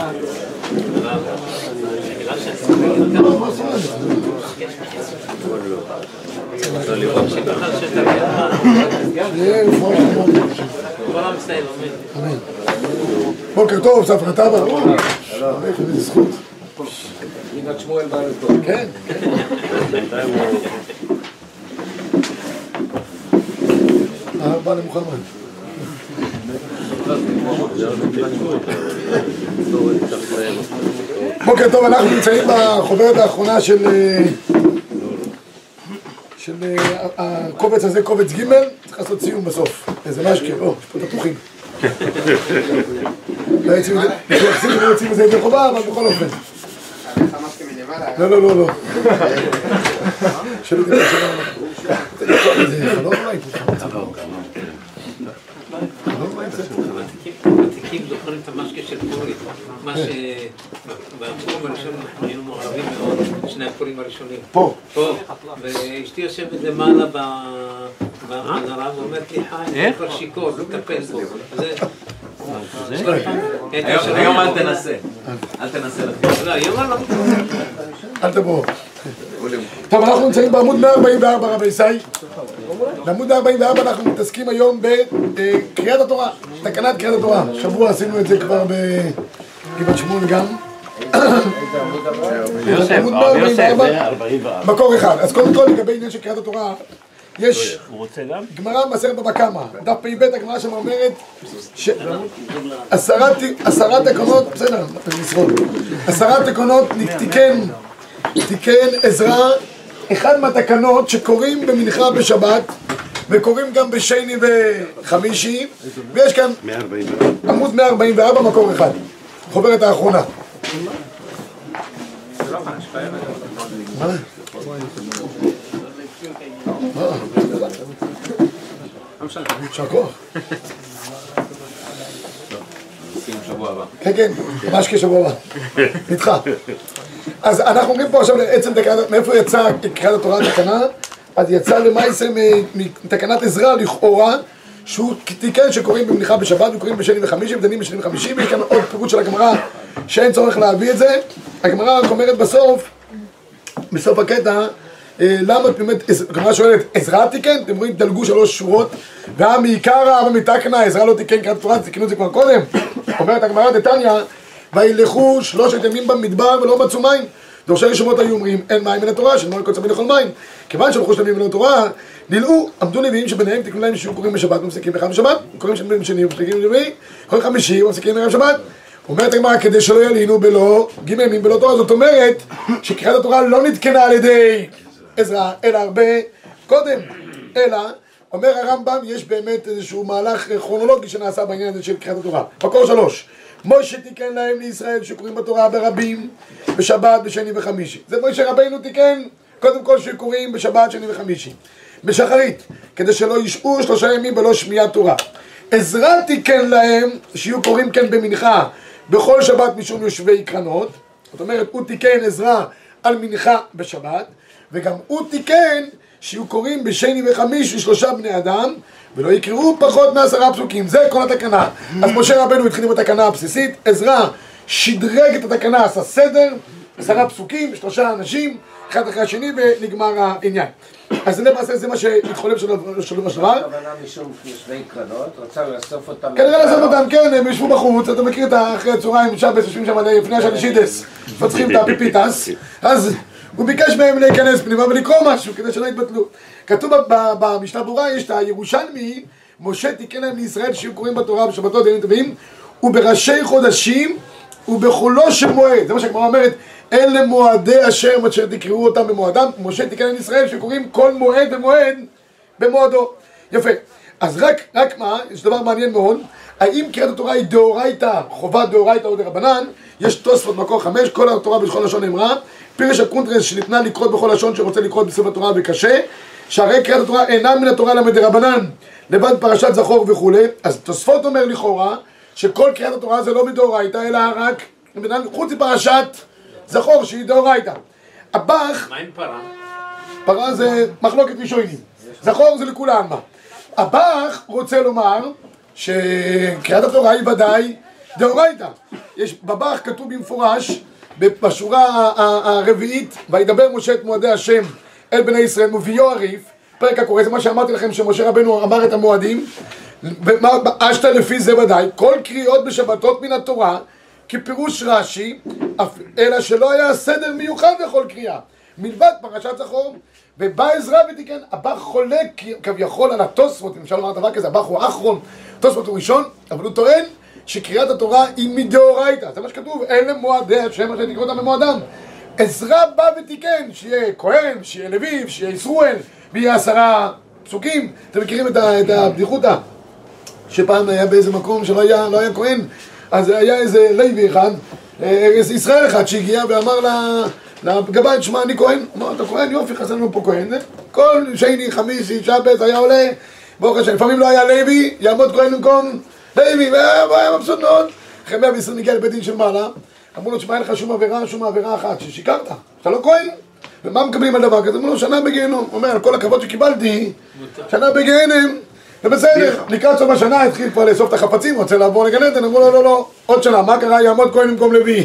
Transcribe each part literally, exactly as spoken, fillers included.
בוקר טוב, ספרא טבא. איזה זכות. יגאל שמואל בא לפה. כן, כן. אהבה למוחמד. בוקר טוב, אנחנו נמצאים בחוברת האחרונה של של הקובץ הזה, קובץ ג', צריך לעשות סיום בסוף. איזה משקה, או, יש פה תפוחים. לא יוצאים את זה ידי חובה, אבל בכל אופן. לא, לא, לא, לא. שלא תדע שלא. זה חלום אולי פה. ותיקים זוכרים את המשקה של פורים, מה שבפורים הראשון אנחנו היינו מעורבים מאוד, שני הפורים הראשונים. פה. פה, ואשתי יושבת למעלה בחזרה ואומרת לי חיים, כבר שיקור, לא תטפל בו. היום אל תנסה, אל תנסה לך. לא, היום לא. אל תבוא. טוב, אנחנו נמצאים בעמוד מאה ארבעים וארבע, רבי ישי. בעמוד מאה ארבעים וארבע אנחנו מתעסקים היום בקריאת התורה, תקנת קריאת התורה. שבוע עשינו את זה כבר בגבעת שמואל גם. עמוד מאה ארבעים וארבע, מקור אחד. אז קודם כל לגבי עניין של קריאת התורה, יש גמרא במסכת בבא קמא, דף פ"ב, הגמרא שם אומרת שעשרה תקנות, בסדר, נשרוד, עשרה תקנות תיקן, תיקן עזרא, אחד מהתקנות שקוראים במנחה בשבת וקוראים גם בשני וחמישי, ויש כאן עמוד מאה ארבעים וארבע, מקור אחד, חוברת האחרונה. מה? אפשר כוח? כן, כן, ממש כשבוע הבא. נדחה. אז אנחנו אומרים פה עכשיו לעצם תקנת, מאיפה יצא קריאת התורה התקנה? אז יצא למעשה מתקנת עזרא לכאורה, שהוא תיקן שקוראים במנחה בשבת וקוראים בשני וחמישי ודנים בשני וחמישי, ויש כאן עוד פירוט של הגמרא שאין צורך להביא את זה. הגמרא רק אומרת בסוף, בסוף הקטע, למה באמת, הגמרא שואלת, עזרא תיקן? אתם רואים, דלגו שלוש שורות, והמעיקרא ומתקנא, עזרא לא תיקן קריאת התורה, תיקנו את זה כבר קודם. אומרת הגמרא דתניא, וילכו שלושת ימים במדבר ולא מצאו מים. דורשי שמות היו אומרים, אין מים מן התורה, שנאמר כל צמא לכל מים. כיוון שהלכו שלמים מן התורה, נלאו, עמדו נביאים שביניהם תיקנו להם שיהיו קוראים בשבת ומפסיקים באחד בשבת, קוראים שנים בשני ומפסיקים ברביעי, קוראים חמישי ומפסיקים בערב שבת. אומרת הגמרא, כדי שלא ילינו בלא ג' ימים בלא תורה, זאת אומרת שקריאת התורה לא נתקנה על ידי עזרא, אלא הרבה קודם, אלא, אומר הרמב"ם, יש באמת איזשהו מהלך כרונולוגי שנעשה בעניין הזה של קריאת התורה. מקור שלוש, משה תיקן להם לישראל שקוראים בתורה ברבים, בשבת, בשני וחמישי. זה משה רבינו תיקן, קודם כל שקוראים בשבת, שני וחמישי. בשחרית, כדי שלא ישעו שלושה ימים בלא שמיעת תורה. עזרא תיקן להם שיהיו קוראים כן במנחה, בכל שבת משום יושבי קרנות. זאת אומרת, הוא תיקן עזרא על מנחה בשבת, וגם הוא תיקן שיהיו קוראים בשני וחמישי שלושה בני אדם, ולא יקראו פחות מעשרה פסוקים. זה כל התקנה. אז משה רבנו התחיל עם התקנה הבסיסית, עזרא שדרג את התקנה, עשה סדר, עשרה פסוקים, שלושה אנשים, אחד אחרי השני, ונגמר העניין. אז זה למעשה זה מה שהתחולל שלום השלמה. הכוונה משום יושבי קרנות, רצה לאסוף אותם... כנראה לאסוף אותם, כן, הם ישבו בחוץ, אתה מכיר את אחרי הצהריים, שבס יושבים שם לפני השלישידס, פצחים את הפיפיטס, אז הוא ביקש מהם להיכנס פנימה ולקרוא משהו כדי שלא יתבטלו. כתוב במשנה ברורה, יש את הירושלמי, משה תיקן להם לישראל שיהיו קוראים בתורה בשבתות ימים טובים, ובראשי חודשים ובחולו של מועד. זה מה שהגמרא אומרת, אלה מועדי אשר אשר תקראו אותם במועדם. משה תיקן להם לישראל שקוראים כל מועד ומועד במועדו. יפה. אז רק, רק מה, יש דבר מעניין מאוד, האם קריאת התורה היא דאורייתא, חובת דאורייתא או דרבנן? יש תוספות מקור חמש, כל התורה בכל לשון נאמרה, פירש הקונטרס שניתנה לקרות בכל לשון שרוצה לקרות בספר התורה וקשה, שהרי קריאת התורה אינה מן התורה אלא מדרבנן, לבד פרשת זכור וכו'. אז תוספות אומר לכאורה, שכל קריאת התורה זה לא מדאורייתא, אלא רק חוץ מפרשת זכור שהיא דאורייתא. הבח, מה עם פרה? פרה זה מחלוקת ראשונים, זכור זה לכולי עלמא. הבח רוצה לומר שקריאת התורה היא ודאי דאורייתא. יש בבח כתוב במפורש, בשורה הרביעית, וידבר משה את מועדי השם אל בני ישראל, מביאו הריף, פרק הקורא, זה מה שאמרתי לכם שמשה רבנו אמר את המועדים, ואשת לפי זה ודאי, כל קריאות בשבתות מן התורה, כפירוש רש"י, אלא שלא היה סדר מיוחד לכל קריאה, מלבד פרשת זכור, ובא עזרא ותיקן, הבח חולק כביכול על התוספות, אם אפשר לומר דבר כזה, הבח הוא האחרון, התוספות הוא ראשון, אבל הוא טוען שקריאת התורה היא מדאורייתא, זה מה שכתוב, אלה מועדי השם אשר תקרא אותם במועדם. עזרא בא ותיקן, שיהיה כהן, שיהיה לוי, שיהיה ישראל, ויהיה עשרה פסוקים. אתם מכירים את, ה, את הבדיחותא, שפעם היה באיזה מקום שלא היה, לא היה כהן, אז היה איזה לוי אחד, איזה ישראל אחד שהגיע ואמר לה, לגבאי, תשמע, אני כהן. אמר, אתה כהן? יופי, חסר לנו פה כהן. כל שני, חמישי, שבת היה עולה, ברוך השם, לפעמים לא היה לוי, יעמוד כהן במקום לוי, והיה מבסוט מאוד. אחרי מאה ועשרים הגיע לבית דין של מעלה, אמרו לו, תשמע, אין לך שום עבירה, שום עבירה אחת, ששיקרת, אתה לא כהן? ומה מקבלים על דבר כזה? אמרו לו, שנה בגיהנום. הוא אומר, על כל הכבוד שקיבלתי, שנה בגיהנום, זה בסדר. לקראת סוף השנה התחיל כבר לאסוף את החפצים, רוצה לעבור לגן עדן, אמרו לו, לא, לא, עוד שנה, מה קרה? יעמוד כהן במקום לוי.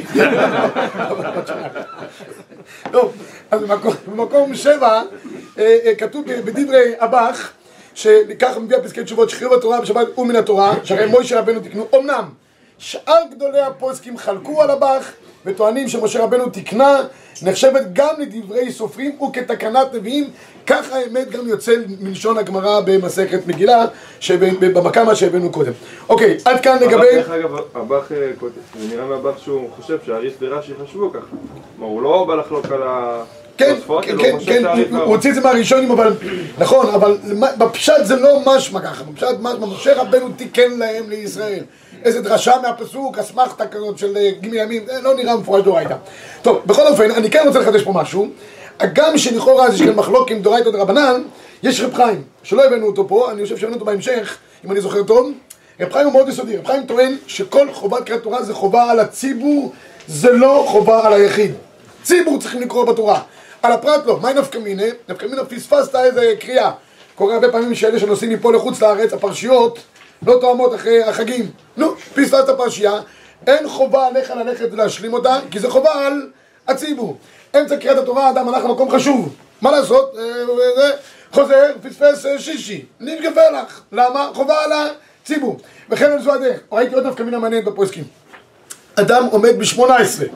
טוב, אז במקום שבע, כתוב בדברי הבח, שככה מביא הפסקי תשובות שחיוב התורה בשבת ומן התורה, שהרי מוישה רבנו תקנו. אמנם שאר גדולי הפוסקים חלקו על הבח וטוענים שמשה רבנו תקנה, נחשבת גם לדברי סופרים וכתקנת נביאים, כך האמת גם יוצא מלשון הגמרא במסכת מגילה במקמה שהבאנו קודם. אוקיי, עד כאן לגבי... דרך אגב, הבח, זה נראה מהבח שהוא חושב שהריף ורש"י חשבו ככה. הוא לא בא לחלוק על ה... כן, כן, כן, הוא הוציא את זה מהראשונים, אבל נכון, אבל בפשט זה לא משמע ככה, בפשט משמע, משה רבנו תיקן להם לישראל. איזה דרשה מהפסוק, אסמכתא כזאת של גימי ימים, לא נראה מפורש דאורייתא. טוב, בכל אופן, אני כן רוצה לחדש פה משהו, הגם שלכאורה יש כאן מחלוקת דאורייתא דרבנן, יש רב חיים, שלא הבאנו אותו פה, אני חושב שהבאנו אותו בהמשך, אם אני זוכר טוב. רב חיים הוא מאוד יסודי, רב חיים טוען שכל חובת קריאת תורה זה חובה על הציבור, זה לא חובה על היחיד. ציבור צריכים לקרוא בתורה. על הפרט לא, מה נפקא מינה? נפקא מינה פספסת איזה קריאה. קורה הרבה פעמים שאלה שנוסעים מפה לחוץ לארץ, הפרשיות לא תואמות אחרי החגים. נו, פספסת הפרשייה, אין חובה עליך ללכת ולהשלים אותה, כי זה חובה על הציבור. אמצע קריאת התורה, אדם הלך למקום חשוב. מה לעשות? חוזר, פספס שישי, נתגבר לך. למה? חובה על הציבור. וכן על זו הדרך. ראיתי עוד נפקא מינה מעניינת בפוסקים. אדם עומד ב-שמונה עשרה.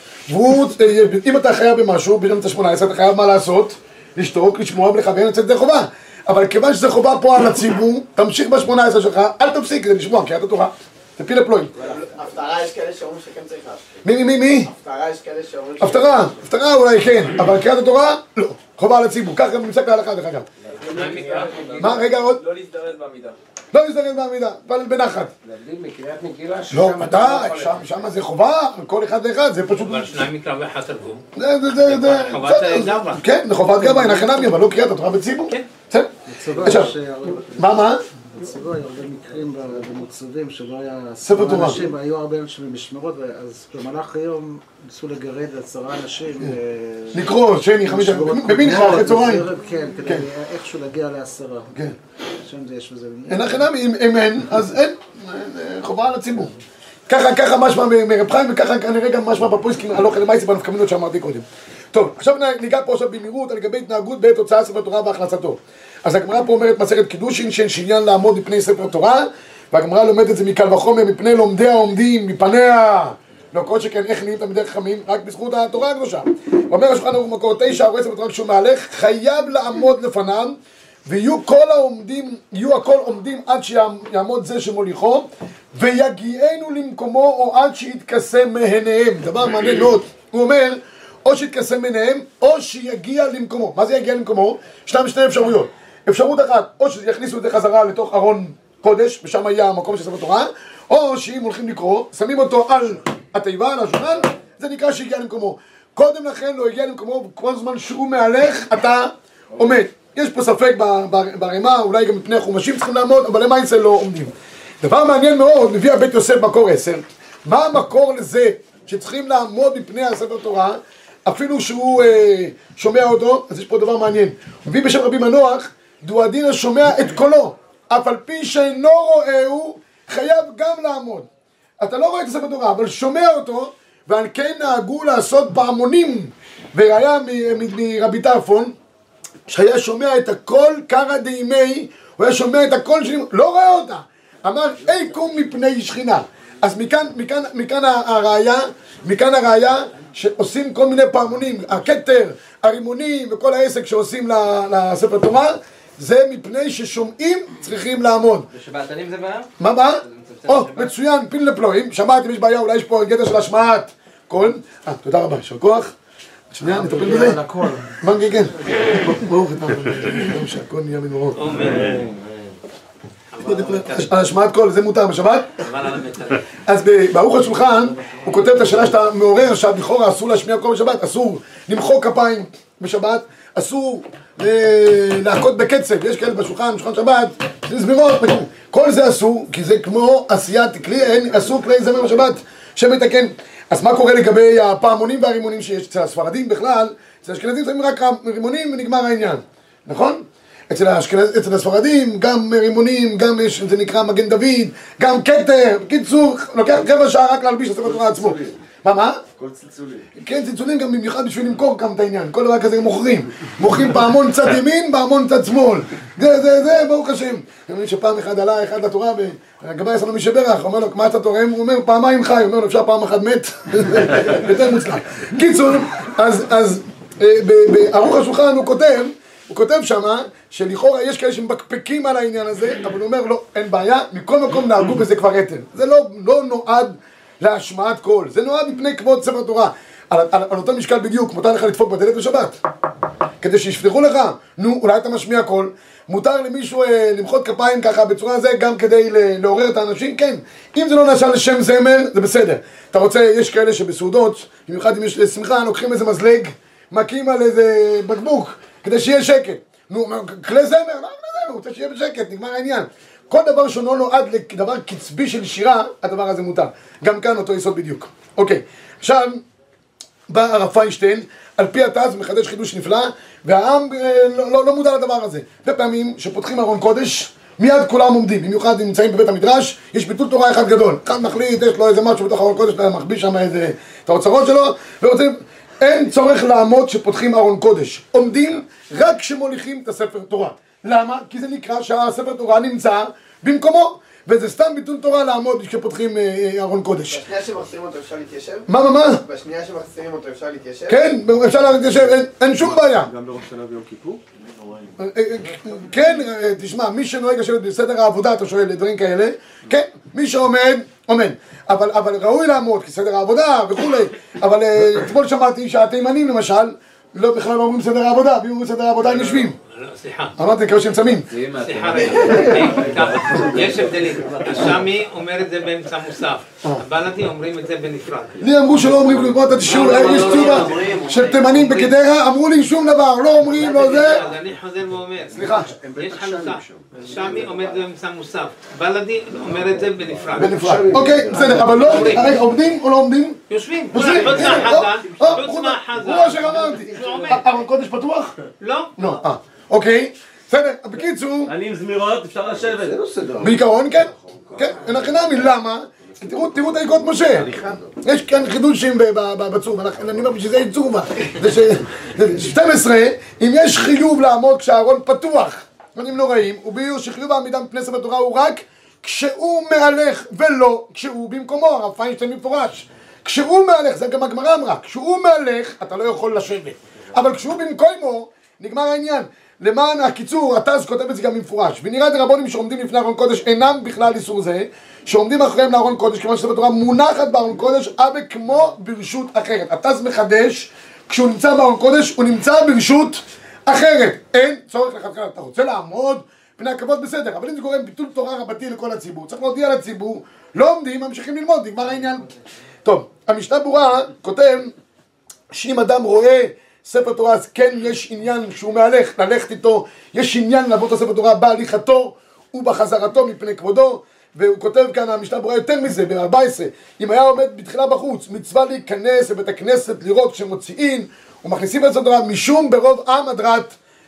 אם אתה חייב במשהו, באמצע שמונה עשרה, אתה חייב מה לעשות? לשתוק, לשמוע ולכוון, לצאת ידי חובה. אבל כיוון שזה חובה פה על הציבור, תמשיך ב-שמונה עשרה שלך, אל תפסיק כדי לשמוע, קריאת התורה. תפיל לפלואים. הפטרה יש כאלה שאומרים שכן צריך להשתיק. מי, מי, מי? הפטרה יש כאלה שאומרים... הפטרה, הפטרה אולי כן, אבל קריאת התורה, לא. חובה על הציבור, כך גם נמצא להלכה דרך אגב. מה, רגע עוד? לא להזדרז בעמידה. לא להזדרז בעמידה, אבל בנחת. להבדיל מקריאת מגילה לא, ודאי, שם זה חובה, כל אחד ואחד, זה פשוט... אבל שניים מקרא ואחד תרגום. זה, זה, זה, זה... חובת גברה. כן, זה חובת גברה, אין הכי נמי, אבל לא קריאת התורה בציבור. כן. עכשיו, מה, מה? בצבא היו הרבה מקרים במוצבים שלא היה ספר תורה. אנשים, היו הרבה אנשים במשמרות, אז במהלך היום ניסו לגרד עשרה אנשים לקרוא, שני, חמישה, במנחה, אחרי צהריים. כן, כדי איכשהו להגיע לעשרה. כן. שם זה יש בזה. אין הכי נמי, אם אין, אז אין, חובה על הציבור. ככה, ככה משמע מרב חיים, וככה כנראה גם משמע בפוסקים הלוך למעשה בנפקא מינות שאמרתי קודם. טוב, עכשיו ניגע פה עכשיו במהירות על גבי התנהגות בעת הוצאת ספר תורה והכנסתו. אז הגמרא פה אומרת מסכת קידושין שאין שעניין לעמוד מפני ספר תורה, והגמרא לומדת את זה מקל וחומר מפני לומדיה עומדים מפניה. לא כל שכן איך נהיים תלמידי חכמים רק בזכות התורה הקדושה. אומר השולחן ערוך מקור תשע, הרואה ספר תורה כשהוא מהלך חייב לעמוד לפניו, ויהיו כל העומדים, יהיו הכל עומדים עד שיעמוד זה שמוליכו, ויגיענו למקומו או עד שיתכסה מהניהם. דבר מעניין מאוד, הוא אומר או שיתכסה מהניהם או שיגיע למקומו. מה זה יגיע למקומו? ישנם שני אפשרויות. אפשרות אחת, או שיכניסו את זה חזרה לתוך ארון קודש, ושם היה המקום של ספר תורה, או שאם הולכים לקרוא, שמים אותו על התיבה, על השולחן, זה נקרא שהגיע למקומו. קודם לכן לא הגיע למקומו, כל זמן שהוא מהלך, אתה עומד. יש פה ספק ברמה, אולי גם מפני החומשים צריכים לעמוד, אבל למעשה לא עומדים. דבר מעניין מאוד, מביא הבית יוסף מקור עשר, מה המקור לזה שצריכים לעמוד מפני הספר תורה, אפילו שהוא אה, שומע אותו? אז יש פה דבר מעניין. הוא מביא בשם רבי מנוח, דואדין השומע את קולו, אף על פי שאינו רואהו, חייב גם לעמוד. אתה לא רואה את הספר תורה, אבל שומע אותו, ועל כן נהגו לעשות פעמונים, וראיה מרבי טרפון, שהיה שומע את הכל קרא דיימי, הוא היה שומע את הכל שלי, לא רואה אותה. אמר, אי קום מפני שכינה. אז מכאן, מכאן, מכאן הראיה, מכאן הראיה שעושים כל מיני פעמונים, הכתר, הרימונים וכל העסק שעושים לספר תורה, זה מפני ששומעים צריכים לעמוד. ושבעתנים זה בעיה? מה מה? או, מצוין, פין לפלואים, שמעתם, יש בעיה, אולי יש פה גדר של השמעת קול. אה, תודה רבה, של כוח. שנייה, נטפל בזה. מה כן, כן. ברוך אתה, שהכל נהיה מדברות. על השמעת קול, זה מותר בשבת? אז בערוך השולחן, הוא כותב את השאלה שאתה מעורר עכשיו, לכאורה אסור להשמיע קול בשבת, אסור למחוא כפיים בשבת, אסור להכות בקצב, יש כאלה בשולחן, בשולחן שבת, זה זמירות, כל זה אסור, כי זה כמו עשיית כלי, אסור כלי זמר בשבת, שמתקן. אז מה קורה לגבי הפעמונים והרימונים שיש אצל הספרדים בכלל? אצל האשכנזים שמים רק רימונים ונגמר העניין, נכון? אצל, האשכנז... אצל הספרדים גם רימונים, גם יש, זה נקרא מגן דוד, גם כתר, בקיצור, לוקח רבע שעה רק להלביש את הספר תורה עצמו. מה, מה? כל צלצולים. כן, צלצולים גם במיוחד בשביל למכור גם את העניין, כל דבר כזה מוכרים. מוכרים פעמון צד ימין, פעמון צד שמאל. זה, זה, זה, ברוך השם. אני אומר שפעם אחד עלה, אחד לתורה, והגבאי עשה לו משברך, אומר לו, מה אתה תורם? הוא אומר, פעמיים חי, הוא אומר לו, אפשר פעם אחת מת? יותר מוצלח. קיצור, אז, אז, בערוך השולחן הוא כותב, הוא כותב שמה, שלכאורה יש כאלה שמבקפקים על העניין הזה, אבל הוא אומר, לא, אין בעיה, מכל מקום נהגו בזה כבר יתר. זה לא, לא נועד להשמעת קול, זה נועד מפני כבוד ספר תורה. על, על, על אותו משקל בדיוק, מותר לך לדפוק בדלת בשבת. כדי שישפתחו לך, נו, אולי אתה משמיע קול, מותר למישהו אה, למחוא כפיים ככה בצורה הזו, גם כדי לעורר את האנשים, כן. אם זה לא נעשה לשם זמר, זה בסדר. אתה רוצה, יש כאלה שבסעודות, במיוחד אם יש שמחה, לוקחים איזה מזלג, מכים על איזה בקבוק, כדי שיהיה שקט. נו, כלי זמר, לא, לא, הוא רוצה שיהיה בשקט, נגמר העניין. כל דבר שלא נועד לדבר קצבי של שירה, הדבר הזה מותר. גם כאן אותו יסוד בדיוק. אוקיי, עכשיו, בא הרב פיינשטיין, על פי התז מחדש חידוש נפלא, והעם לא, לא, לא מודע לדבר הזה. בפעמים שפותחים ארון קודש, מיד כולם עומדים, במיוחד אם נמצאים בבית המדרש, יש ביטול תורה אחד גדול. אחד מחליט, יש לו איזה משהו בתוך ארון קודש, אתה מחביא שם איזה, את האוצרות שלו, ורוצים, אין צורך לעמוד שפותחים ארון קודש. עומדים רק כשמוליכים את הספר תורה. למה? כי זה נקרא שהספר תורה נמצא במקומו, וזה סתם ביטול תורה לעמוד כשפותחים ארון קודש. בשנייה שמחזירים אותו אפשר להתיישב? מה, מה, מה? בשנייה שמחזירים אותו אפשר להתיישב? כן, אפשר להתיישב, אין, אין שום בעיה. גם בראש שנה ויום כיפור? כן, תשמע, מי שנוהג לשבת בסדר העבודה, אתה שואל דברים כאלה, כן, מי שעומד, עומד. אבל, אבל ראוי לעמוד, כי סדר העבודה וכולי, אבל אתמול שמעתי שהתימנים למשל, לא בכלל לא אומרים סדר העבודה, ואם אומרים סדר העבודה הם יושבים. סליחה. אמרתי כאלה שהם צמים. סליחה, יש הבדלים. השמי אומר את זה באמצע מוסף. הבלדי אומרים את זה בנפרד. לי אמרו שלא אומרים, כמו אתה תשאול, יש תשובה של תימנים בגדרה, אמרו לי שום דבר, לא אומרים, לא זה. אז אני חוזר ואומר. סליחה. יש חלוקה. השמי אומר את זה באמצע מוסף. בלדי אומר את זה בנפרד. בנפרד. אוקיי, בסדר, אבל לא, הרי עומדים או לא עומדים? יושבים. חוץ מהחזן. חוץ מהחזן. הוא מה שאמרתי. ארון קודש פתוח? לא. לא, אה. אוקיי, בסדר, בקיצור... אני עם זמירות, אפשר לשבת. זה לא סדר. בעיקרון, כן, כן, אין הכי נמי, למה? תראו, תראו את העיקות משה. יש כאן חידושים בצור, אני אומר בשביל זה אין צורבה. שתים עשרה, אם יש חיוב לעמוד כשהארון פתוח, דברים לא רעים, וביור שחיוב העמידה מפני ספר תורה הוא רק כשהוא מהלך ולא כשהוא במקומו, הרב פיינשטיין מפורש. כשהוא מהלך, זה גם הגמרא אמרה, כשהוא מהלך אתה לא יכול לשבת. אבל כשהוא במקומו, נגמר העניין. למען הקיצור, התז כותב את זה גם במפורש. ונראה את הרבונים שעומדים לפני ארון קודש אינם בכלל איסור זה, שעומדים אחריהם לארון קודש, כיוון שספר תורה מונחת בארון קודש, אבל כמו ברשות אחרת. התז מחדש, כשהוא נמצא בארון קודש, הוא נמצא ברשות אחרת. אין צורך לכתחילה. אתה רוצה לעמוד, פני הכבוד בסדר, אבל אם זה גורם ביטול תורה רבתי לכל הציבור, צריך להודיע לציבור, לא עומדים, ממשיכים ללמוד, נגמר העניין. טוב, המשנה ברורה כותב שאם אדם רואה ספר תורה, אז כן יש עניין שהוא מהלך, ללכת איתו, יש עניין לעבור את הספר תורה בהליכתו ובחזרתו מפני כבודו, והוא כותב כאן, המשנה ברורה יותר מזה, ב-ארבע עשרה, אם היה עומד בתחילה בחוץ, מצווה להיכנס לבית הכנסת, לראות כשמוציאים ומכניסים את הספר תורה, משום ברוב עם הדרת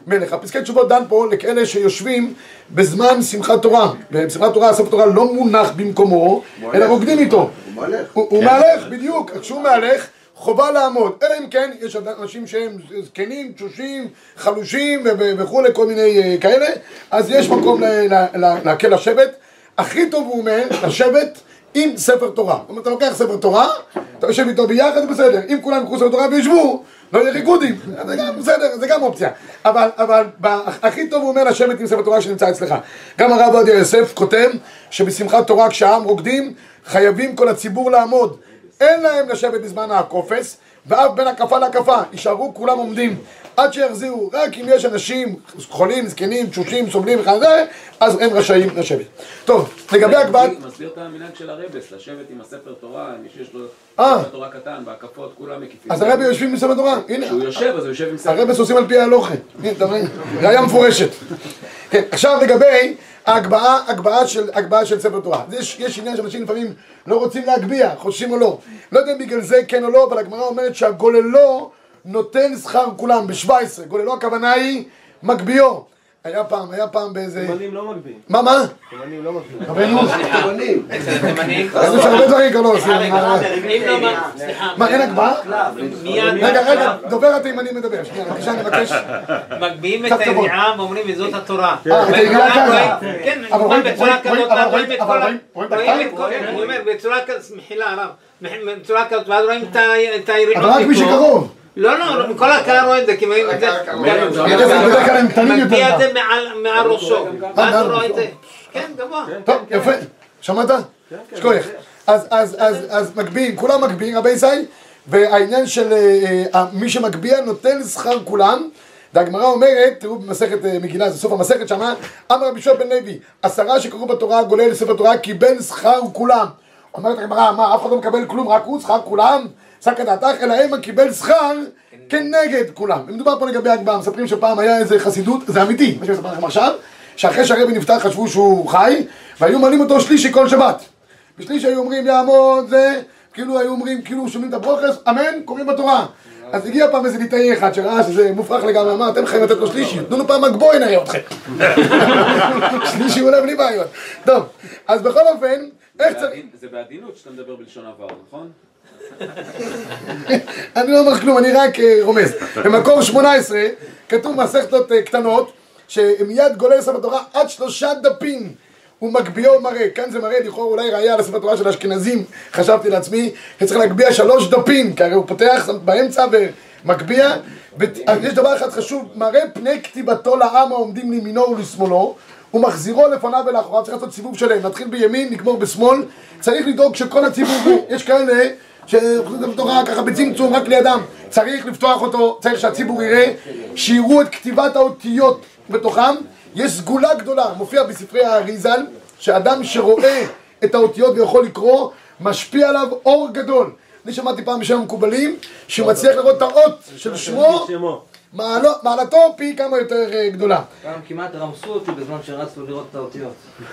מלך. הפסקי תשובות דן פה לכאלה שיושבים בזמן שמחת תורה, ובשמחת תורה, ספר תורה לא מונח במקומו, אלא רוקדים איתו. הוא מהלך. הוא מהלך, בדיוק. כשהוא מהלך, חובה לעמוד. אלא אם כן, יש אנשים שהם זקנים, תשושים, חלושים וכולי, כל מיני כאלה, אז יש מקום להקל לשבת. הכי טוב הוא אומר, לשבת עם ספר תורה. אם אתה לוקח ספר תורה, אתה יושב איתו ביחד, זה בסדר. אם כולם יקחו ספר תורה וישבו, לא יהיה ריקודים. זה גם בסדר, זה גם אופציה. אבל, אבל הכי טוב הוא אומר לשבת עם ספר תורה שנמצא אצלך. גם הרב עובדיה יוסף כותב שבשמחת תורה כשהעם רוקדים, חייבים כל הציבור לעמוד. אין להם לשבת בזמן הקופס, ואף בין הקפה להקפה, יישארו כולם עומדים עד שיחזירו. רק אם יש אנשים חולים, זקנים, תשושים, סובלים וכן זה, אז הם רשאים לשבת. טוב, לגבי הגבעת... מסביר את המנהג של הרבס, לשבת עם הספר תורה, מי שיש לו ספר תורה קטן, בהקפות כולם מקיפים. אז הרבי יושבים עם ספר תורה, הנה. כשהוא יושב, אז הוא יושב עם ספר. הרבס עושים על פי ההלוכה. הנה, אתה רואה? ראיה מפורשת. כן, עכשיו לגבי ההגבהה, הגבהה של, הגבהה של ספר תורה. יש, יש עניין שאנשים לפעמים לא רוצים להגביה, חוששים או לא. לא יודע בגלל זה כן או לא, אבל הגמרא אומרת שהגוללו נותן שכר כולם ב-שבע עשרה. גוללו הכוונה היא מגביהו. היה פעם, היה פעם באיזה... תימנים לא מגביהים. מה, מה? תימנים לא מגביהים. רבנו? תימנים. אצל התימנים? אז יש הרבה דברים כאלה עושים. אם לא, מה? סליחה. מה, אין הגבהה? מיד... רגע, רגע, דובר התימני מדבר. שנייה, בבקשה, אני מבקש. מגביהים את היריעה ואומרים וזאת התורה. אה, את היריעה ככה. כן, אבל רואים רואים, בצורה כזאת, אבל רואים את כל רואים, ה... רואים, רואים את רואים את הקטן? כל... אני אומר, בצורה כזאת, מחילה הרב. בצורה כזאת, ואז רואים את היריעות. אבל רק מי שקרוב. לא, לא, כל הקהל רואה את זה, כי רואים את זה. בדרך כלל הם קטנים יותר. מגביה את זה מעל ראשו. ואז הוא רואה את זה. כן, גבוה. טוב, יפה. שמעת? שכוח. אז מגביהים, כולם מגביהים, רבי ישראל, והעניין של מי שמגביה נותן שכר כולם, והגמרא אומרת, תראו במסכת מגילה, זה סוף המסכת שמה, אמר רבי יהושע בן לוי, עשרה שקראו בתורה, גולל לספר תורה, קיבל שכר כולם. אומרת הגמרא, מה, אף אחד לא מקבל כלום, רק הוא שכר כולם? שק דעתך, אלא המה קיבל שכר כנגד כולם. מדובר פה לגבי הגבהה, מספרים שפעם היה איזה חסידות, זה אמיתי, מה שמספר לכם עכשיו, שאחרי שהרבי נפטר חשבו שהוא חי, והיו מעלים אותו שלישי כל שבת. בשלישי היו אומרים יעמוד, זה, כאילו היו אומרים, כאילו שומעים את הברוכס, אמן, קוראים בתורה. אז הגיע פעם איזה ליטאי אחד שראה שזה מופרך לגמרי, אמר, אתם חייבים לתת לו שלישי, תנו לו פעם מגבוי נראה אתכם. שלישי אולי בלי בעיות. טוב, אז בכל אופן, איך צריך... זה בעדינות שאתה מדבר בלשון עבר, נכון? אני לא אומר כלום, אני רק רומז. במקור שמונה עשרה כתוב מסכתות קטנות שמיד גולל ספר תורה עד שלושה דפים הוא מגביהו מראה. כאן זה מראה לכאורה אולי ראיה על הספר תורה של האשכנזים, חשבתי לעצמי שצריך להגביה שלוש דפים, כי הרי הוא פותח באמצע ומגביה. יש דבר אחד חשוב, מראה פני כתיבתו לעם העומדים לימינו ולשמאלו ומחזירו לפניו ולאחוריו. צריך לעשות סיבוב שלם, נתחיל בימין, נגמור בשמאל. צריך לדאוג שכל הציבור, יש כאלה שחוזרים את התורה ככה בצמצום רק לידם, צריך לפתוח אותו, צריך שהציבור יראה, שיראו את כתיבת האותיות בתוכם. יש סגולה גדולה, מופיע בספרי האריזל, שאדם שרואה את האותיות ויכול לקרוא, משפיע עליו אור גדול. אני שמעתי פעם בשם המקובלים, שהוא מצליח לראות את האות של שמו, מעלתו פי כמה יותר גדולה. פעם כמעט רמסו אותי בזמן שרצנו לראות את האותיות.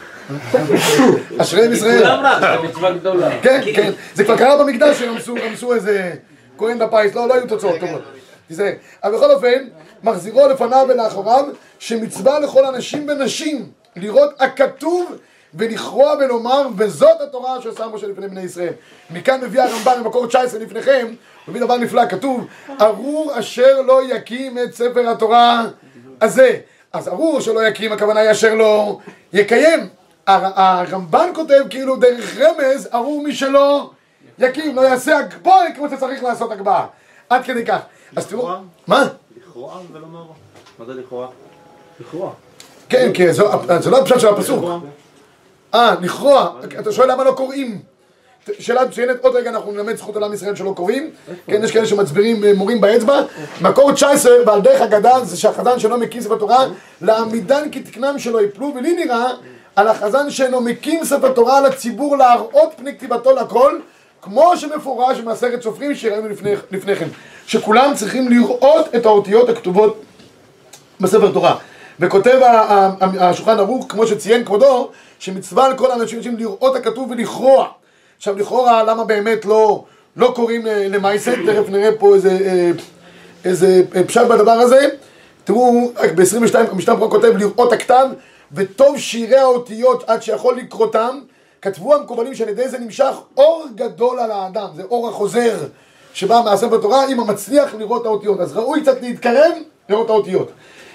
אשרי ישראל. כולם רק, זה מצווה גדולה. כן, כן, זה כבר קרה במקדש שרמסו איזה כהן בפיס, לא, לא היו תוצאות טובות. תיזהר. אבל בכל אופן, מחזירו לפניו ולאחוריו, שמצווה לכל אנשים ונשים לראות הכתוב ולכרוע ולומר, וזאת התורה שעשה משה לפני בני ישראל. מכאן מביא הרמב"ן במקור תשע עשרה לפניכם, הוא מביא דבר נפלא, כתוב, ארור אשר לא יקים את ספר התורה הזה. אז ארור שלא יקים, הכוונה היא אשר לא יקיים. הרמב"ן כותב כאילו דרך רמז, ארור מי שלא יקים, לא יעשה הגבוה כמו שצריך לעשות הגבוה. עד כדי כך. אז תראו, מה? לכאורה ולא מאור. מה זה לכאורה? לכאורה. כן, כן, זה לא הפשט של הפסוק. אה, לכאורה, אתה שואל למה לא קוראים? שאלה מצוינת, עוד רגע אנחנו נלמד זכות על עם ישראל שלא קוראים. כן, יש כאלה שמצבירים מורים באצבע. מקור תשע עשרה, ועל דרך אגדה, זה שהחזן שלא מקים ספר תורה, לעמידן כתקנם שלא יפלו, ולי נראה על החזן שאינו מקים ספר תורה על הציבור להראות פני כתיבתו לכל, כמו שמפורש במסכת סופרים שראינו לפני, לפני כן, שכולם צריכים לראות את האותיות הכתובות בספר תורה. וכותב השולחן ערוך, כמו שציין כבודו, שמצווה על כל האנשים לראות הכתוב ולכרוע. עכשיו לכאורה למה באמת לא, לא קוראים למעשה, תכף נראה פה איזה, איזה פשט בדבר הזה. תראו, ב-עשרים ושתיים המשנה ברורה כותב לראות הכתב, וטוב שירי האותיות עד שיכול לקרותם. כתבו המקובלים שעל ידי זה נמשך אור גדול על האדם, זה אור החוזר שבא מהספר תורה, אם המצליח לראות את האותיות. אז ראוי קצת להתקרב לראות את האותיות.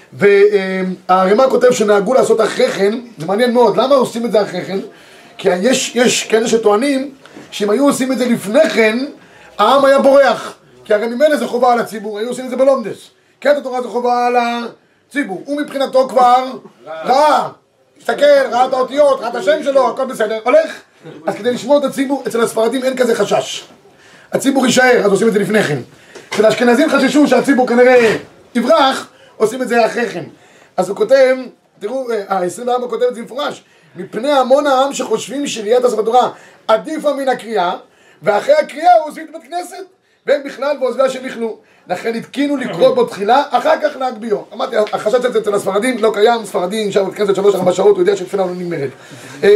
והרמ"א כותב שנהגו לעשות אחרי כן, זה מעניין מאוד, למה עושים את זה אחרי כן? כי יש, יש כאלה שטוענים שאם היו עושים את זה לפני כן, העם היה בורח. כי הרי ממילא זה חובה על הציבור, היו עושים את זה בלומדס. קריאת התורה זה חובה על הציבור. הוא מבחינתו כבר ראה, הסתכל, ראה את האותיות, ראה את השם שלו, הכל בסדר, הולך. אז כדי לשמור את הציבור, אצל הספרדים אין כזה חשש. הציבור יישאר, אז עושים את זה לפני כן. אצל האשכנזים חששו שהציבור כנראה יברח, עושים את זה אחרי כן. אז הוא כותב, תראו, ה-עשרים וארבע כותב את זה מפורש, מפני המון העם שחושבים שראיית הספר תורה עדיפה מן הקריאה, ואחרי הקריאה הוא עושים את בית כנסת, והם בכלל בעוזבי השם יכלו. לכן התקינו לקרוא בו תחילה, אחר כך להגביהו. אמרתי, החשש הזה אצל הספרדים לא קיים, ספרדי נשאר בית כנסת שלוש ארבע שעות, הוא יודע שתפילה לא נגמרת. זה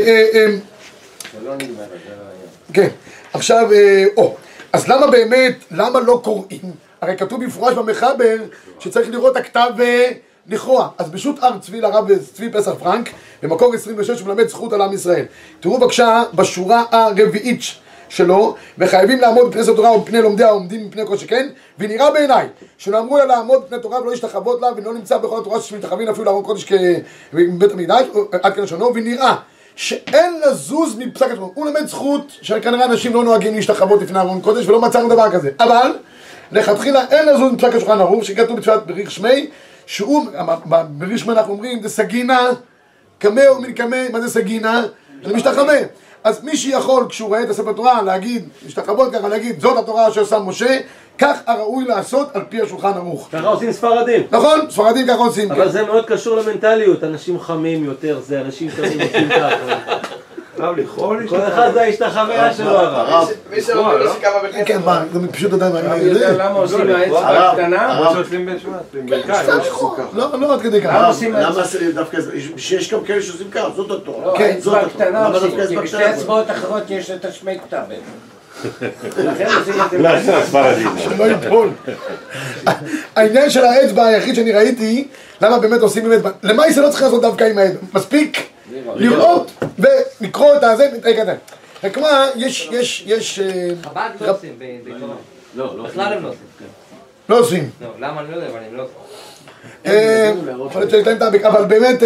לא נגמרת, זה לא היה. כן, עכשיו, או, אז למה באמת, למה לא קוראים? הרי כתוב בפורש במחבר שצריך לראות הכתב ולכרוע. אז בשו"ת הר צבי לרב צבי פסח פרנק, במקור עשרים ושש הוא מלמד זכות על עם ישראל. תראו בבקשה בשורה הרביעית שלו, וחייבים לעמוד בפני ספר תורה ובפני לומדיה העומדים מפני כל שכן, ונראה בעיניי שלא אמרו לה לעמוד בפני תורה ולא להשתחוות לה, ולא נמצא בכל התורה שמתחווין אפילו לארון קודש כבית המקדש, עד כאן לשונו, ונראה שאין לזוז מפסק התורה. הוא למד זכות שכנראה אנשים לא נוהגים להשתחוות לפני ארון קודש ולא מצאנו דבר כזה, אבל לכתחילה אין לזוז מפסק השולחן ערוך שכתוב בתפילת בריך שמי, שהוא, בריך שמי אנחנו אומרים, זה סגינה, קמה ומן קמה, מה זה סגינה? זה משתחווה. אז מי שיכול כשהוא רואה את הספר תורה להגיד, משתחוות ככה, להגיד זאת התורה שעשה משה, כך הראוי לעשות על פי השולחן ערוך. ככה עושים ספרדים. נכון, ספרדים ככה עושים. אבל זה מאוד קשור למנטליות, אנשים חמים יותר, זה אנשים טובים עושים ככה. כל אחד זה ההשתחוויה שלו. מי שלא מבין שקמה בכנסת. כן, מה, זה פשוט עדיין... אתה יודע למה עושים האצבע הקטנה? כמו שעושים בשבט, עם ברכיים. לא, לא עד כדי ככה. למה דווקא, שיש גם כאלה שעושים ככה, זאת התורה. לא, האצבע הקטנה עושים, כי בשתי אצבעות אחרות יש את השמי כתב. לכן עושים את זה. שלא ייפול. העניין של האצבע היחיד שאני ראיתי, למה באמת עושים עם אצבע, למה זה לא צריך לעשות דווקא עם האצבע? מספיק לראות ולקרוא את הזה, רק מה, יש, יש, יש... חב"ד לא עושים בעיקרון. לא, לא. בכלל הם לא עושים. לא עושים. לא, למה אני לא יודע, אבל הם לא עושים. יכול להיות שיש להם תאביק, אבל באמת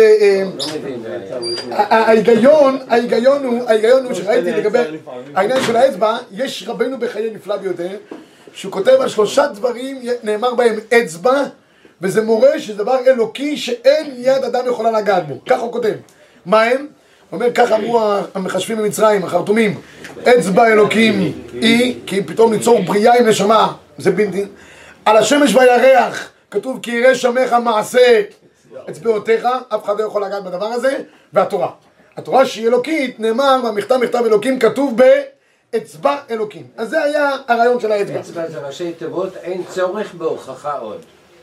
ההיגיון, ההיגיון הוא, ההיגיון הוא שראיתי לגבי העניין של האצבע, יש רבנו בחיי נפלא ביותר, שהוא כותב על שלושה דברים, נאמר בהם אצבע, וזה מורה שזה דבר אלוקי שאין יד אדם יכולה לגעת בו, כך הוא כותב. מה הם? הוא אומר, כך אמרו המחשבים במצרים, החרטומים, אצבע אלוקים היא, כי פתאום ליצור בריאה עם נשמה, זה בלתי, על השמש והירח, כתוב כי יראה שמך מעשה אצבעותיך, אף אחד לא יכול לגעת בדבר הזה, והתורה. התורה שהיא אלוקית, נאמר במכתב מכתב אלוקים, כתוב באצבע אלוקים. אז זה היה הרעיון של האצבע. אצבע זה ראשי תיבות, אין צורך בהוכחה עוד.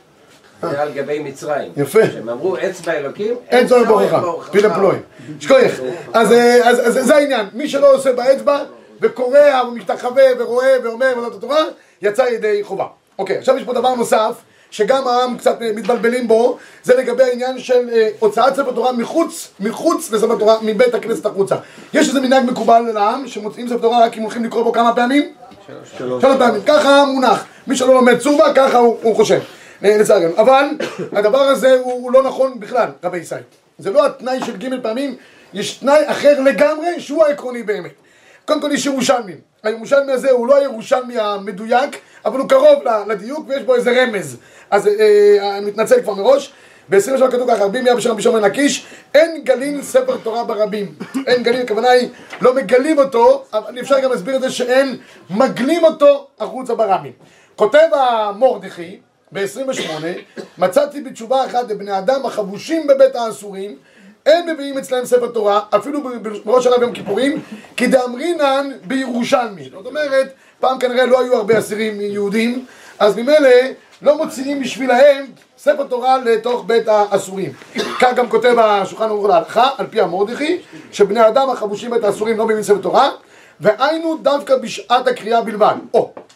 זה על גבי מצרים. יפה. כשהם אמרו אצבע אלוקים, אין צורך בהוכחה. פילה פלוי. שכוייך. אז זה העניין. מי שלא עושה באצבע, וקורא ומשתחווה ורואה ואומר ולא את התורה, יצא ידי חובה. אוקיי, עכשיו יש פה דבר נוסף, שגם העם קצת מתבלבלים בו, זה לגבי העניין של אה, הוצאת ספר תורה מחוץ, מחוץ לספר תורה, מבית הכנסת החוצה. יש איזה מנהג מקובל לעם, שמוצאים ספר תורה רק אם הולכים לקרוא בו כמה פעמים? שלוש. שלוש, שלוש פעמים. ככה המונח. מי שלא לומד צובה, ככה הוא, הוא חושב. לצערנו. אבל הדבר הזה הוא, הוא לא נכון בכלל, רבי ישראל. זה לא התנאי של ג' פעמים, יש תנאי אחר לגמרי, שהוא העקרוני באמת. קודם כל יש ירושלמים. הירושלמי הזה הוא לא הירושלמי המדויק, אבל הוא קרוב לדיוק ויש בו איזה רמז. אז אה, אני מתנצל כבר מראש. ב-עשרים ושבע כתוב ככה, רבים יהיה בשם בשם לקיש, אין גלין ספר תורה ברבים. אין גלין, הכוונה היא, לא מגלים אותו, אבל אפשר גם להסביר את זה שאין מגלים אותו החוצה ברבים. כותב המורדכי, ב-עשרים ושמונה, מצאתי בתשובה אחת לבני אדם החבושים בבית האסורים, אין מביאים אצלהם ספר תורה, אפילו בראש שנה ביום כיפורים, כי דאמרינן בירושלמי. זאת אומרת, פעם כנראה לא היו הרבה אסירים יהודים, אז ממילא לא מוציאים בשבילהם ספר תורה לתוך בית האסורים. כך גם כותב השולחן ערוך להלכה, על פי המורדכי, שבני אדם החבושים בבית האסורים לא מביאים ספר תורה, והיינו דווקא בשעת הקריאה בלבד. או,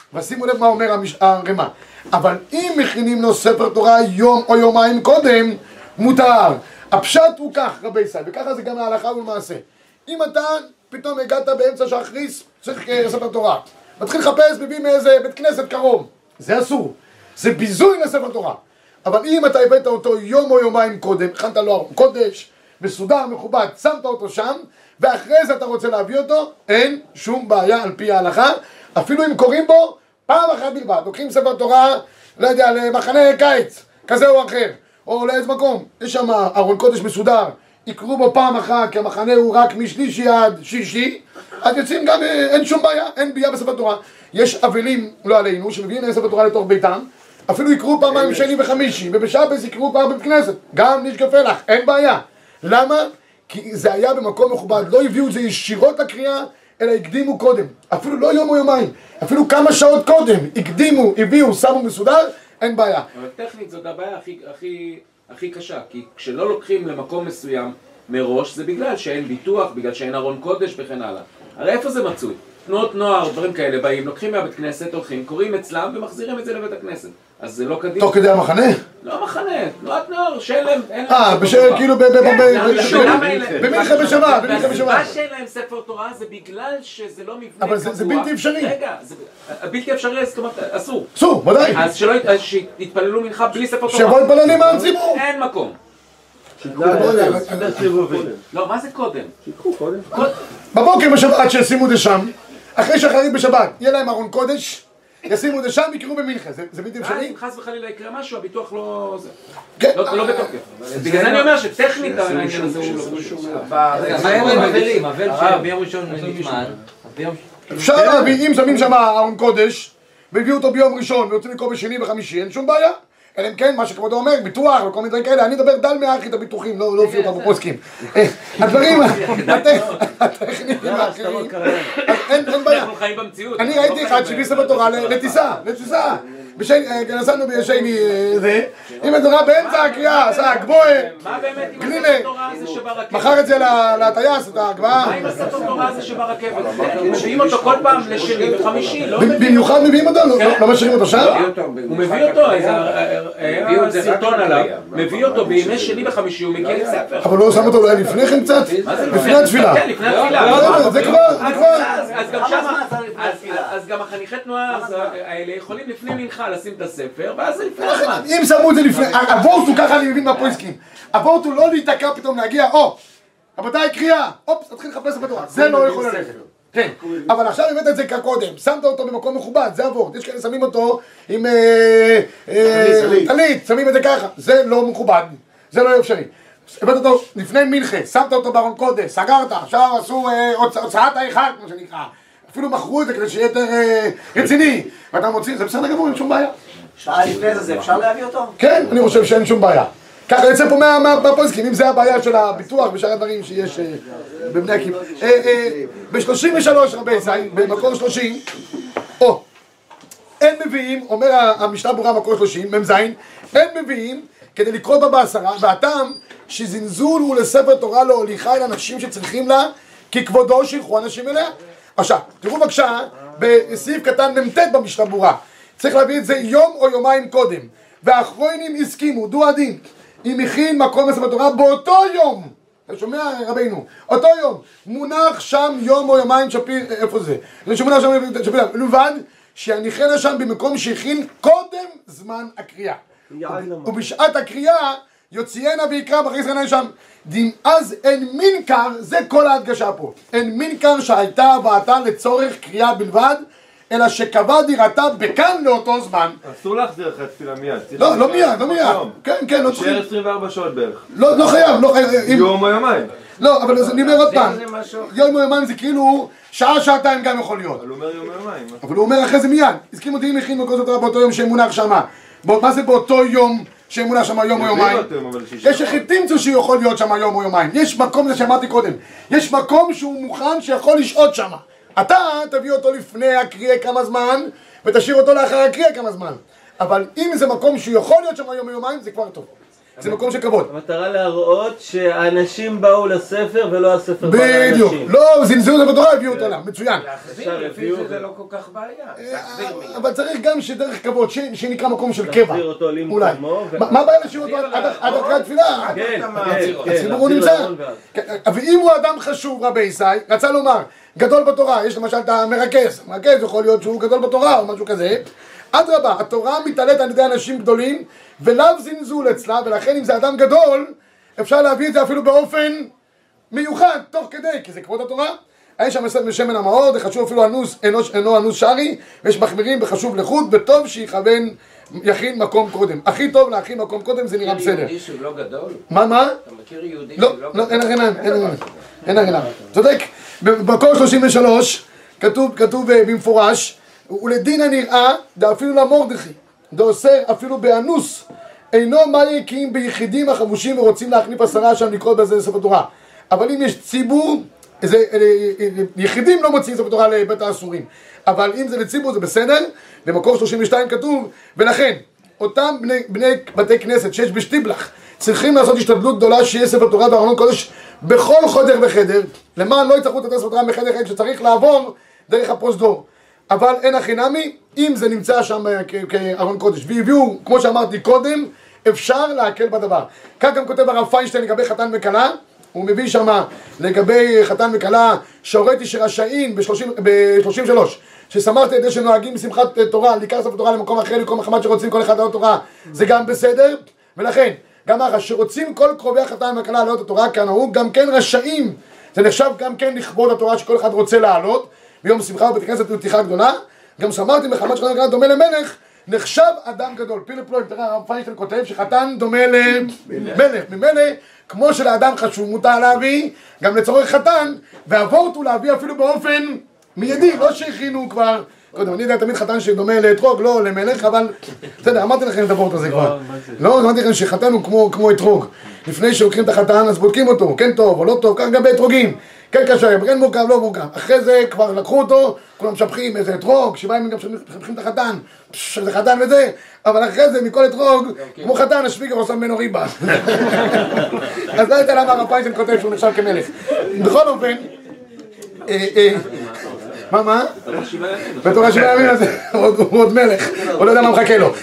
ושימו לב מה אומר הרמ"א. אבל אם מכינים לו ספר תורה יום או יומיים קודם, מותר. הפשט הוא כך, רבי ישראל, וככה זה גם להלכה ולמעשה. אם אתה פתאום הגעת באמצע שהכריס, צריך ספר תורה. מתחיל לחפש, מביא מאיזה בית כנסת קרוב. זה אסור. זה ביזוי לספר תורה. אבל אם אתה הבאת אותו יום או יומיים קודם, הכנת לו ארון קודש, מסודר, מכובד, שמת אותו שם, ואחרי זה אתה רוצה להביא אותו, אין שום בעיה על פי ההלכה. אפילו אם קוראים בו, פעם אחת בלבד. לוקחים ספר תורה, לא יודע, למחנה קיץ, כזה או אחר, או לאיזה מקום. יש שם ארון קודש מסודר, יקראו בו פעם אחת, כי המחנה הוא רק משלישי עד שישי, אז יוצאים גם, אין שום בעיה, אין בעיה בספר תורה. יש אבלים, לא עלינו, שמביאים ספר תורה לתוך ביתם, אפילו יקראו פעמיים שני וחמישי, ובשבס יקראו פעם בבית כנסת, גם נשקפה לך, אין בעיה. למה? כי זה היה במקום מכובד, לא הביאו את זה ישירות לקריאה, אלא הקדימו קודם, אפילו לא יום או יומיים, אפילו כמה שעות קודם, הקדימו, הביאו, שמו מסודר, אין בעיה. אבל טכנית זאת הבעיה הכי, הכי, הכי קשה, כי כשלא לוקחים למקום מסוים מראש, זה בגלל שאין ביטוח, בגלל שאין ארון קודש וכן הלאה. הרי איפה זה מצוי? תנועות נוער, דברים כאלה באים, לוקחים מהבית כנסת, הולכים, קוראים אצלם ומחזירים את זה לבית הכנסת. אז זה לא קדימה. תוך כדי המחנה? לא מחנה, תנועת נוער, שאין להם... אה, כאילו במלחה בשבת, במלחה בשבת. מה שאין להם ספר תורה זה בגלל שזה לא מבנה קבוע. אבל זה בלתי אפשרי. רגע, בלתי אפשרי, זאת אומרת, אסור. אסור, ודאי. אז שיתפללו מנחה בלי ספר תורה. שבוא יתפללים מהציבור. אין מקום. לא, מה זה קודם? שיקחו קודם. בבוקר בשבת שישימו את זה שם, אחרי שחרית בשבת, יהיה להם ארון קודש, ישימו את זה שם, יקראו במלחה, זה בלתי אפשרי? אז אם חס וחלילה יקרה משהו, הביטוח לא... כן. לא בתוקף. בגלל זה אני אומר שטכנית העניין הזה הוא לא פשוט. מה הם מבלים? אבל שביום ראשון נטמן, אפשר להביא, אם שמים שם ארון קודש, והביאו אותו ביום ראשון, ויוצאים לקרוא בשני וחמישי, אין שום בעיה. אלא אם כן, מה שכבודו אומר, ביטוח וכל מיני דברים כאלה, אני אדבר דל מהאחרית הביטוחים, לא הופיעו אותם בפוסקים. הדברים הטכניים האחרים, אין בעיה. אנחנו חיים במציאות. אני ראיתי אחד שהביא ספר תורה לטיסה, לטיסה. נסענו בשני זה, אם התורה באמצע הקריאה, עשה גבוה, גלילה, מכר את זה לטייס, את הגבוהה. מה עם הספר תורה הזה שברכבת? מביאים אותו כל פעם לשני וחמישי, לא? במיוחד מביאים אותו? לא משאירים אותו שם? הוא מביא אותו, היה סרטון עליו, מביא אותו בימי שני וחמישי, הוא מגיע לספר. אבל לא שם אותו אולי לפני כן קצת? לפני התפילה. כן, לפני התפילה. זה כבר, זה כבר. אז גם החניכי תנועה האלה יכולים לפני מנחה לשים את הספר, ואז זה לפני הזמן. אם שמו את זה לפני, אבורט הוא ככה אני מבין מהפויסקים. אבורט הוא לא להיתקע פתאום להגיע, או, רבותיי קריאה, אופס, תתחיל לחפש בתורה. זה לא יכול ללכת. כן, אבל עכשיו הבאת את זה כקודם, שמת אותו במקום מכובד, זה אבורט. יש כאלה שמים אותו עם טלית, שמים את זה ככה. זה לא מכובד, זה לא אפשרי. הבאת אותו לפני מלחה, שמת אותו בארון קודש, סגרת, עכשיו עשו הוצאת האחד, כמו שנקרא. אפילו מכרו את זה כדי שיהיה יותר רציני, ואתה מוציא, זה בסדר גמור, אין שום בעיה. שעה לפני זה, זה אפשר להביא אותו? כן, אני חושב שאין שום בעיה. ככה יוצא פה מהפוסקים, אם זה הבעיה של הביטוח ושאר הדברים שיש בבני עקיבא. ב-שלושים ושלוש רבי ישראל, במקור שלושים, או, אין מביאים, אומר המשנה ברורה מקור שלושים, ממזין, אין מביאים כדי לקרוא בה בעשרה, והטעם שזנזול הוא לספר תורה להוליכה אל אנשים שצריכים לה, כי כבודו שילכו אנשים אליה. עכשיו, תראו בבקשה, בסעיף קטן ממתת במשנה ברורה, צריך להביא את זה יום או יומיים קודם, והאחרונים הסכימו, דו הדין, אם הכין מקום לספר תורה באותו יום, אתה שומע רבינו, אותו יום, מונח שם יום או יומיים שפיר, איפה זה? שמונח שם שפיר, לבד, שיניחן לשם במקום שהכין קודם זמן הקריאה. ובשעת הקריאה יוציאנה ויקרא ואחרי זה שם דין אז אין מינקר, זה כל ההדגשה פה, אין מינקר שהייתה הבאתה לצורך קריאה בלבד, אלא שקבע דירתה בכאן לאותו זמן. אסור להחזיר אחרי התפילה מיד. לא, לא מיד, לא מיד. כן, כן, לא צריכים. שיהיה עשרים וארבע שעות בערך. לא, לא חייב, לא חייב. יום או יומיים. לא, אבל אני אומר עוד פעם, יום או יומיים זה כאילו שעה, שעתיים גם יכול להיות. אבל הוא אומר יום או יומיים. אבל הוא אומר אחרי זה מיד. הסכים אותי אם הכין מקום לתורה באותו יום שמונח שמה. מה זה באותו יום שמונח שם יום או יומיים? יש איך תמצאו שיכול להיות שם יום או יומיים. יש מקום, זה שאמרתי קודם, יש מקום שהוא מוכן שיכול לשעות שם. אתה תביא אותו לפני הקריאה כמה זמן ותשאיר אותו לאחר הקריאה כמה זמן. אבל אם זה מקום שהוא יכול להיות שם יום או יומיים זה כבר טוב. זה מקום של כבוד. המטרה להראות שהאנשים באו לספר ולא הספר בא לאנשים. בדיוק, לא, זינזו את בתורה, הביאו אותה לה, מצוין. להחזיר לפי זה זה לא כל כך בעיה. אבל צריך גם שדרך כבוד, שנקרא מקום של קבע. להחזיר אותו אולי. למקומו. מה הבעיה להשאיר אותו עד אחרי התפילה? כן, כן, כן. הציבור הוא נמצא. ואם הוא אדם חשוב, רבי ישי, רצה לומר, גדול בתורה, יש למשל את המרכז, מרכז יכול להיות שהוא גדול בתורה או משהו כזה, אדרבה, התורה מתעלית על ידי אנשים גדולים ולאו זינזול אצלה, ולכן אם זה אדם גדול אפשר להביא את זה אפילו באופן מיוחד, תוך כדי, כי זה כבוד התורה. יש שם שמן המאור, זה חשוב אפילו אנוס, אינו אנוס שרי, ויש מחמירים בחשוב לחוט, וטוב שיכוון, יכין מקום קודם. הכי טוב להכין מקום קודם, זה נראה בסדר. מכיר יהודי שהוא לא גדול? מה, מה? אתה מכיר יהודי לא, שהוא לא לא, גדול? אין הרנן, אין הרנן, אין הרנן. צודק, במקור שלושים ושלוש, כתוב, כתוב במפורש, ולדין הנראה, דאפילו למורדכי, דאוסר אפילו באנוס, אינו מה יקיים ביחידים החבושים ורוצים להחניף עשרה שם לקרוא בזה ספר תורה. אבל אם יש ציבור, זה, יחידים לא מוציאים ספר תורה לבית האסורים. אבל אם זה לציבור זה בסדר, במקור שלושים ושתיים כתוב, ולכן, אותם בני, בני בתי כנסת שיש בשטיבלח, צריכים לעשות השתדלות גדולה שיהיה ספר תורה בארון קודש בכל חודר וחדר, למען לא יצטרכו לתת ספר תורה מחדר אחד שצריך לעבור דרך הפרוזדור. אבל אין הכי נמי, אם זה נמצא שם כארון קודש, והביאו, כמו שאמרתי קודם, אפשר להקל בדבר. כך גם כותב הרב פיינשטיין לגבי חתן וכלה, הוא מביא שם לגבי חתן וכלה, שהוריתי שרשאים ב-שלושים ושלוש, ששמחתי את זה שנוהגים בשמחת תורה, לקראת ספר תורה למקום אחר, למקום מחמד שרוצים כל אחד לעלות תורה, זה גם בסדר, ולכן, גם אחר, שרוצים כל קרובי החתן וכלה לעלות התורה, כנהוג, גם כן רשאים, זה נחשב גם כן לכבוד התורה שכל אחד רוצה לעלות, ביום שמחה ובית כנסת בפתיחה גדולה, גם שמרתי מחמד שחתן וכלה דומה למלך, נחשב אדם גדול. פילה פלוים, תראה, הרב פיינשטיין כותב שחתן דומה למלך, ממלך, כמו שלאדם חשוב מותר להביא, גם לצורך חתן, והוורט הוא להביא אפילו באופן מיידי, לא שהכינו כבר, קודם, אני יודע תמיד חתן שדומה לאתרוג, לא למלך, אבל, בסדר, אמרתי לכם את הוורט הזה כבר. לא, אמרתי לכם שחתן הוא כמו אתרוג. לפני שלוקחים את החתן, אז בודקים אותו, כן טוב או לא טוב, כך גם באתרוגים. כן קשה, כן מורכב, לא מורכב. אחרי זה כבר לקחו אותו, כולם משפחים איזה אתרוג, שבעה ימים גם משפחים את החתן, זה חתן וזה, אבל אחרי זה מכל אתרוג, כמו חתן, השפיגר עושה ממנו ריבה. אז לא יודע למה הרב פיינשטיין כותב שהוא נחשב כמלך. בכל אופן, מה, מה? בתורה שבעה ימים הזה, הוא עוד מלך, הוא לא יודע מה מחכה לו.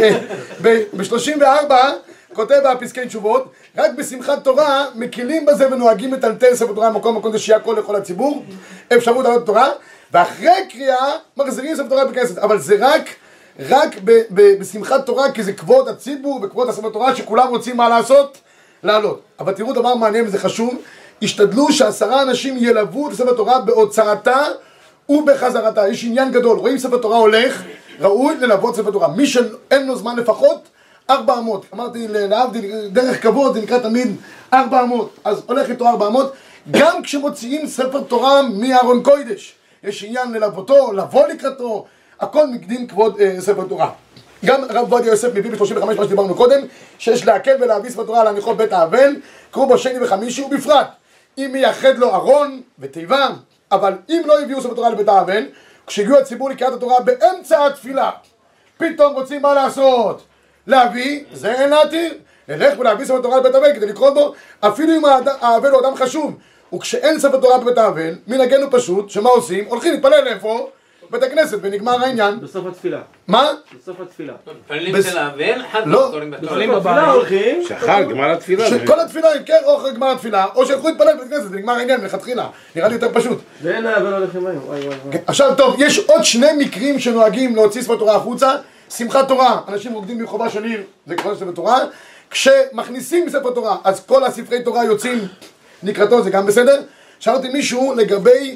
ב-שלושים וארבע, כותב בפסקי תשובות, רק בשמחת תורה מקילים בזה ונוהגים לטלטל ספר תורה במקום מקום שיהיה הכל לכל הציבור, אפשרות לעלות תורה, ואחרי קריאה מחזירים ספר תורה בכנסת, אבל זה רק, רק ב- ב- בשמחת תורה, כי זה כבוד הציבור וכבוד הספר תורה שכולם רוצים מה לעשות? לעלות. אבל תראו דבר מעניין וזה חשוב, השתדלו שעשרה אנשים ילוו את ספר תורה בהוצאתה ובחזרתה, יש עניין גדול, רואים ספר תורה הולך, ראוי ללוות ספר תורה, מי שאין לו זמן לפחות, ארבע אמות, אמרתי להבדיל, דרך כבוד זה נקרא תמיד ארבע אמות, אז הולך איתו ארבע אמות, גם כשמוציאים ספר תורה מארון קודש, יש עניין ללוותו, לבוא לקראתו, הכל מקדים כבוד אה, ספר תורא. גם הרב עובדיה יוסף מביא ב-שלושים וחמש מה שדיברנו קודם, שיש להקל ולהביא ספר תורה להניחו בית האבל, קראו בו שני וחמישי ובפרט, אם מייחד לו ארון ותיבה, אבל אם לא הביאו ספר תורה לבית האבל, כשהגיעו הציבור לקראת התורה באמצע התפילה, פתאום רוצים מה לעשות? להביא, זה אין להתיר, נלך ולהביא ספר תורה לבית האבל כדי לקרוא בו, אפילו אם האבל הוא אדם חשוב, וכשאין ספר תורה בבית האבל, מנהגנו פשוט, שמה עושים? הולכים להתפלל איפה? בית הכנסת, ונגמר העניין. בסוף התפילה. מה? בסוף התפילה. מתפללים אצל האבל, חד לא. מתפללים בסוף התפילה הולכים. שחר, גמר התפילה. שכל התפילה, כן, או אחרי גמר התפילה, או שילכו להתפלל בבית הכנסת, ונגמר העניין מלכתחילה. נראה לי יותר פשוט. ואין האבל הולכים היום. וואי וואי וואי. עכשיו טוב, יש עוד שני מקרים שנוהגים להוציא ספר תורה החוצה. שמחת תורה, אנשים רוקדים ברחובה של עיר, זה כבר ספר תורה. כשמכניסים ספר תורה, אז כל הספרי תורה יוצאים לקראתו, זה גם בסדר. שאלתי מישהו לגבי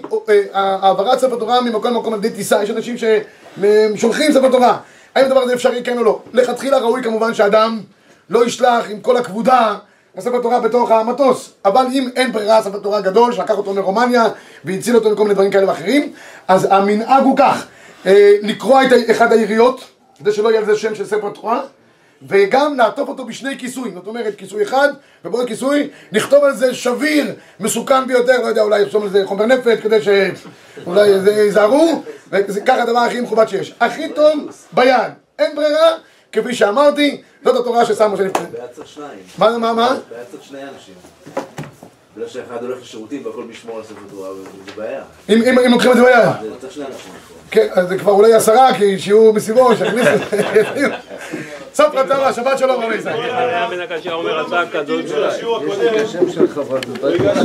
העברת ספר תורה ממקום למקום על ידי טיסה, יש אנשים ששולחים ספר תורה, האם הדבר הזה אפשרי כן או לא? לכתחילה ראוי כמובן שאדם לא ישלח עם כל הכבודה הספר תורה בתוך המטוס, אבל אם אין ברירה ספר תורה גדול שלקח אותו מרומניה והציל אותו מכל מיני דברים כאלה ואחרים, אז המנהג הוא כך, לקרוא את אחד העיריות כדי שלא יהיה לזה שם של ספר תורה, וגם לעטוף אותו בשני כיסויים, זאת אומרת כיסוי אחד ובעוד כיסוי לכתוב על זה שביר, מסוכן ביותר, לא יודע, אולי ירשום על זה חומר נפץ כדי שאולי זה ייזהרו, וככה הדבר הכי מכובד שיש. הכי טוב ביד, אין ברירה, כפי שאמרתי, זאת התורה ששם משה לפני. בעד צריך שניים. מה, מה, מה? בעד צריך שני אנשים. בגלל שאחד הולך לשירותים והכל משמור על ספר תורה, וזה בעיה. אם, אם, אם לוקחים את זה בעיה. זה צריך שני אנשים. כן, אז זה כבר אולי עשרה, כי שיהיו מסביבו, שיכניסו. סוף רצה, שבת שלום, רבי ישראל. היה בן הקשה אומר, עשה כזאת. יש לי השם של חברת